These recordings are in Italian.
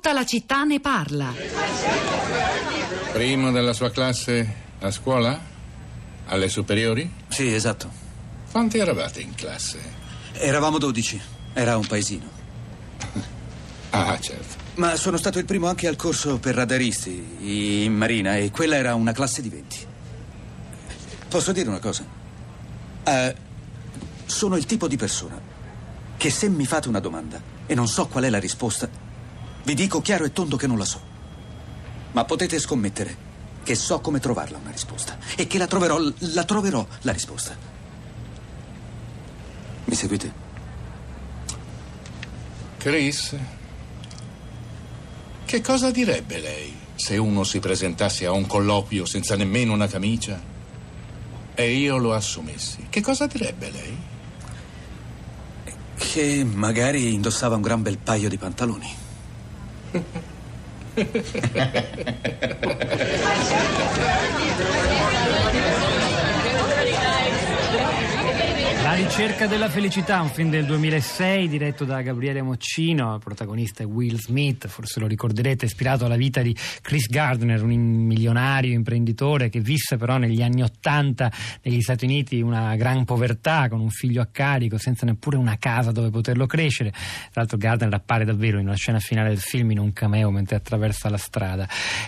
Tutta la città ne parla. Primo della sua classe a scuola? Alle superiori? Sì, esatto. Quanti eravate in classe? Eravamo 12. Era un paesino. Ah, certo. Ma sono stato il primo anche al corso per radaristi in Marina e quella era una classe di 20. Posso dire una cosa? Sono il tipo di persona che se mi fate una domanda e non so qual è la risposta, vi dico chiaro e tondo che non la so. Ma potete scommettere che so come trovarla una risposta e che la troverò la risposta. Mi seguite? Chris, che cosa direbbe lei se uno si presentasse a un colloquio senza nemmeno una camicia e io lo assumessi? Che cosa direbbe lei? Che magari indossava un gran bel paio di pantaloni. La ricerca della felicità, un film del 2006 diretto da Gabriele Moccino, il protagonista è Will Smith, forse lo ricorderete, ispirato alla vita di Chris Gardner, un milionario imprenditore che visse però negli anni '80 negli Stati Uniti una gran povertà, con un figlio a carico, senza neppure una casa dove poterlo crescere. Tra l'altro Gardner appare davvero in una scena finale del film in un cameo mentre attraversa la strada.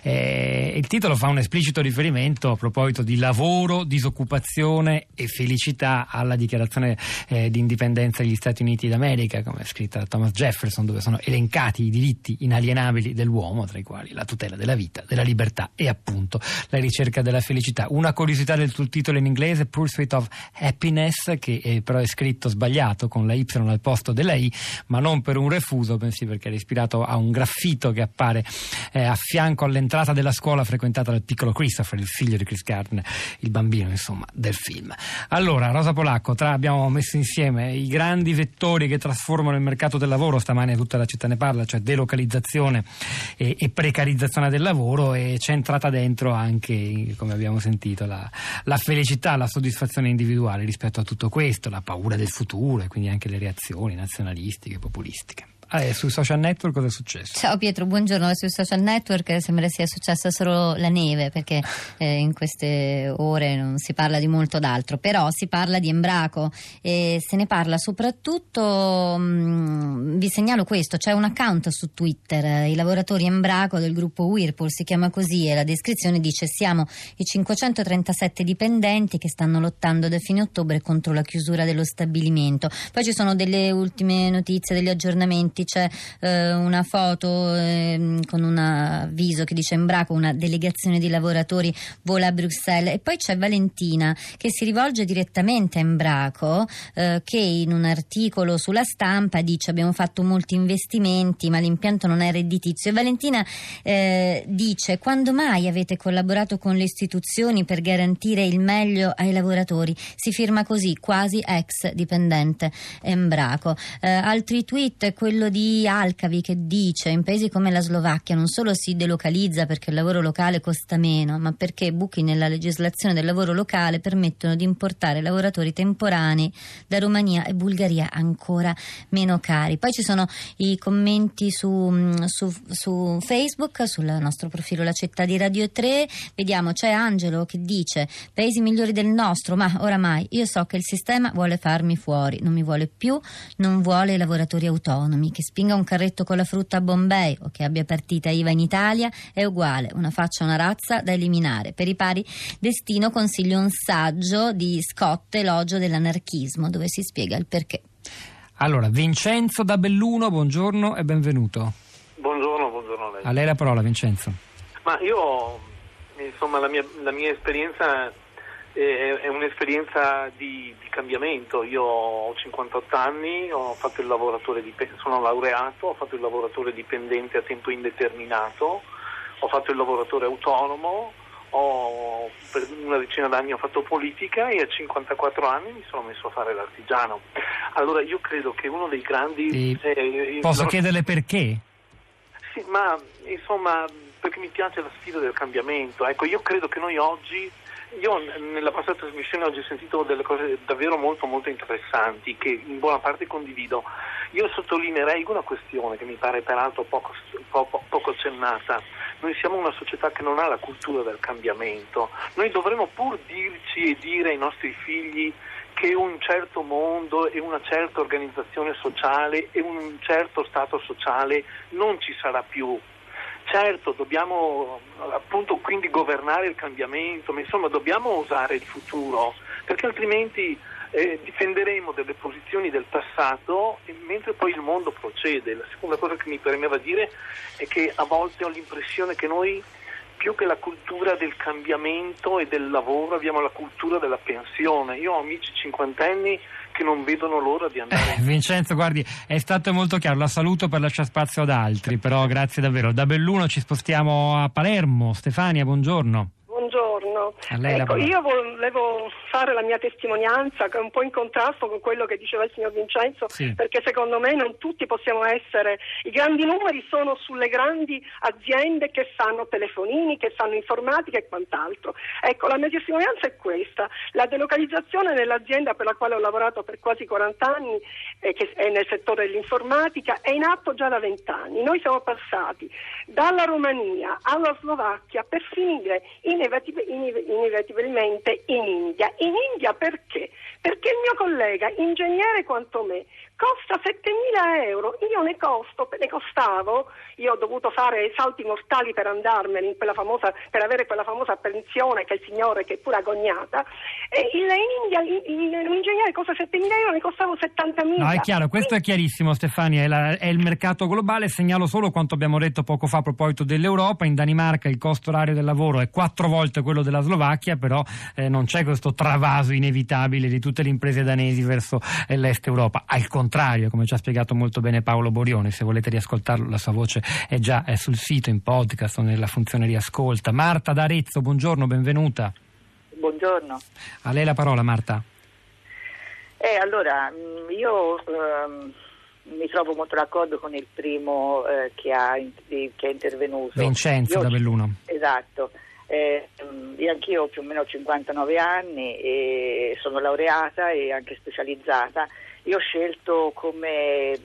Il titolo fa un esplicito riferimento a proposito di lavoro, disoccupazione e felicità alla dichiarazione di indipendenza degli Stati Uniti d'America, come è scritta da Thomas Jefferson, dove sono elencati i diritti inalienabili dell'uomo, tra i quali la tutela della vita, della libertà e appunto la ricerca della felicità. Una curiosità del titolo in inglese, Pursuit of Happiness, che però è scritto sbagliato con la Y al posto della I, ma non per un refuso, bensì perché era ispirato a un graffito che appare a fianco all'entrata della scuola frequentata dal piccolo Christopher, il figlio di Chris Gardner, il bambino insomma del film. Allora, Rosa Polacco, abbiamo messo insieme i grandi vettori che trasformano il mercato del lavoro, stamane tutta la città ne parla, cioè delocalizzazione e precarizzazione del lavoro, e c'è entrata dentro anche, come abbiamo sentito, la felicità, la soddisfazione individuale rispetto a tutto questo, la paura del futuro e quindi anche le reazioni nazionalistiche, populistiche. Sui social network cosa è successo? Ciao Pietro, buongiorno. Sui social network sembra sia successa solo la neve, perché in queste ore non si parla di molto d'altro, però si parla di Embraco e se ne parla soprattutto, vi segnalo questo, c'è un account su Twitter, i lavoratori Embraco del gruppo Whirlpool, si chiama così, e la descrizione dice: siamo i 537 dipendenti che stanno lottando da fine ottobre contro la chiusura dello stabilimento. Poi ci sono delle ultime notizie, degli aggiornamenti. C'è una foto con un avviso che dice Embraco, una delegazione di lavoratori vola a Bruxelles, e poi c'è Valentina che si rivolge direttamente a Embraco, che in un articolo sulla Stampa dice: abbiamo fatto molti investimenti ma l'impianto non è redditizio. E Valentina dice: quando mai avete collaborato con le istituzioni per garantire il meglio ai lavoratori? Si firma così, quasi ex dipendente Embraco. Altri tweet, quello di Alcavi che dice: in paesi come la Slovacchia non solo si delocalizza perché il lavoro locale costa meno, ma perché buchi nella legislazione del lavoro locale permettono di importare lavoratori temporanei da Romania e Bulgaria ancora meno cari. Poi ci sono i commenti su Facebook, sul nostro profilo La Città di Radio 3. Vediamo, c'è Angelo che dice: paesi migliori del nostro, ma oramai io so che il sistema vuole farmi fuori, non mi vuole più, non vuole i lavoratori autonomi. Che spinga un carretto con la frutta a Bombay o che abbia partita IVA in Italia è uguale, una faccia, una razza da eliminare. Per i pari destino consiglio un saggio di Scott, Elogio dell'anarchismo, dove si spiega il perché. Allora, Vincenzo da Belluno, buongiorno e benvenuto. Buongiorno a lei. A lei la parola, Vincenzo. Ma io, insomma, la mia esperienza è un'esperienza di cambiamento. Io ho 58 anni, ho fatto il lavoratore sono laureato, ho fatto il lavoratore dipendente a tempo indeterminato, ho fatto il lavoratore autonomo, per una decina d'anni ho fatto politica e a 54 anni mi sono messo a fare l'artigiano. Allora io credo che uno dei grandi... Posso chiederle perché? Sì, ma insomma, perché mi piace la sfida del cambiamento. Ecco, io credo che noi oggi... Io nella passata trasmissione oggi ho sentito delle cose davvero molto molto interessanti che in buona parte condivido. Io sottolineerei una questione che mi pare peraltro poco accennata. Noi siamo una società che non ha la cultura del cambiamento. Noi dovremmo pur dirci e dire ai nostri figli che un certo mondo e una certa organizzazione sociale e un certo stato sociale non ci sarà più. Certo, dobbiamo appunto quindi governare il cambiamento, ma insomma dobbiamo osare il futuro, perché altrimenti difenderemo delle posizioni del passato mentre poi il mondo procede. La seconda cosa che mi premeva dire è che a volte ho l'impressione che noi, più che la cultura del cambiamento e del lavoro, abbiamo la cultura della pensione. Io ho amici cinquantenni che non vedono l'ora di andare. Vincenzo, guardi, è stato molto chiaro, la saluto per lasciare spazio ad altri, però grazie davvero. Da Belluno ci spostiamo a Palermo. Stefania, buongiorno. Buongiorno. Ecco, io volevo fare la mia testimonianza, che è un po' in contrasto con quello che diceva il signor Vincenzo, sì. Perché secondo me non tutti possiamo essere, i grandi numeri sono sulle grandi aziende che fanno telefonini, che fanno informatica e quant'altro. Ecco, la mia testimonianza è questa: la delocalizzazione nell'azienda per la quale ho lavorato per quasi 40 anni, che è nel settore dell'informatica, è in atto già da 20 anni. Noi siamo passati dalla Romania alla Slovacchia per finire inevitabilmente in India. In India perché? Perché il mio collega, ingegnere quanto me, costa 7.000 euro, io ne costavo, io ho dovuto fare salti mortali per andarmene in quella famosa, per avere quella famosa pensione che il signore, che è pure agognata, e in India l'ingegnere costa 7.000 euro, ne costavo 70.000. No, è chiaro, questo è chiarissimo, Stefania, è il mercato globale. Segnalo solo quanto abbiamo detto poco fa a proposito dell'Europa. In Danimarca il costo orario del lavoro è 4 volte quello della Slovacchia, però non c'è questo travaso inevitabile di tutte le imprese danesi verso l'est Europa. Al contrario, come ci ha spiegato molto bene Paolo Borione, se volete riascoltarlo, la sua voce è già sul sito, in podcast o nella funzione riascolta. Marta da Arezzo, buongiorno, benvenuta. Buongiorno. A lei la parola, Marta. Allora, io mi trovo molto d'accordo con il primo che è intervenuto. Vincenzo da Belluno. Esatto. Io anch'io più o meno ho 59 anni e sono laureata e anche specializzata. Io ho scelto come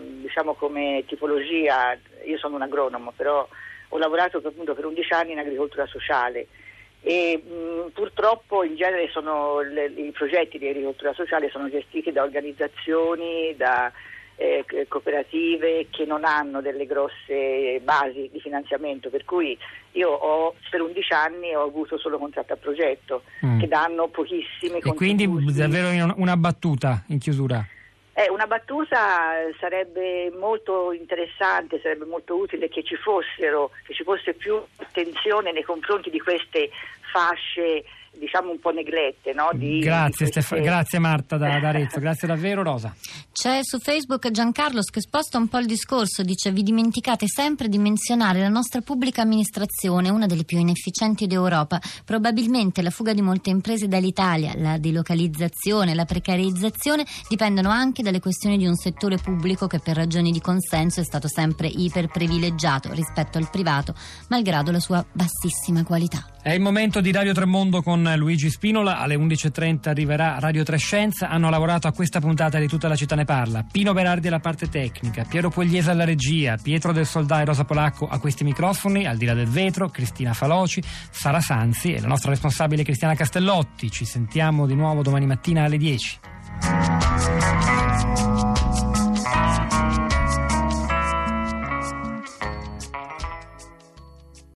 tipologia, io sono un agronomo, però ho lavorato appunto per 11 anni in agricoltura sociale e purtroppo in genere i progetti di agricoltura sociale sono gestiti da organizzazioni, da cooperative che non hanno delle grosse basi di finanziamento, per cui io per 11 anni ho avuto solo contratto a progetto che danno pochissimi contributi. E quindi davvero una battuta in chiusura? Una battuta sarebbe molto interessante, sarebbe molto utile che ci fosse più attenzione nei confronti di queste fasce, diciamo un po' neglette, no? Grazie Marta da Arezzo, grazie davvero. Rosa. C'è su Facebook Giancarlo che sposta un po' il discorso, dice: vi dimenticate sempre di menzionare la nostra pubblica amministrazione, una delle più inefficienti d'Europa. Probabilmente la fuga di molte imprese dall'Italia, la delocalizzazione, la precarizzazione dipendono anche dalle questioni di un settore pubblico che per ragioni di consenso è stato sempre iperprivilegiato rispetto al privato, malgrado la sua bassissima qualità. È il momento di Radio Tremondo con Luigi Spinola. Alle 11.30 arriverà Radio Trescenza. Hanno lavorato a questa puntata di Tutta la città ne parla Pino Berardi alla parte tecnica, Piero Pugliese alla regia, Pietro del Soldà e Rosa Polacco a questi microfoni, al di là del vetro Cristina Faloci, Sara Sanzi e la nostra responsabile Cristiana Castellotti. Ci sentiamo di nuovo domani mattina alle 10.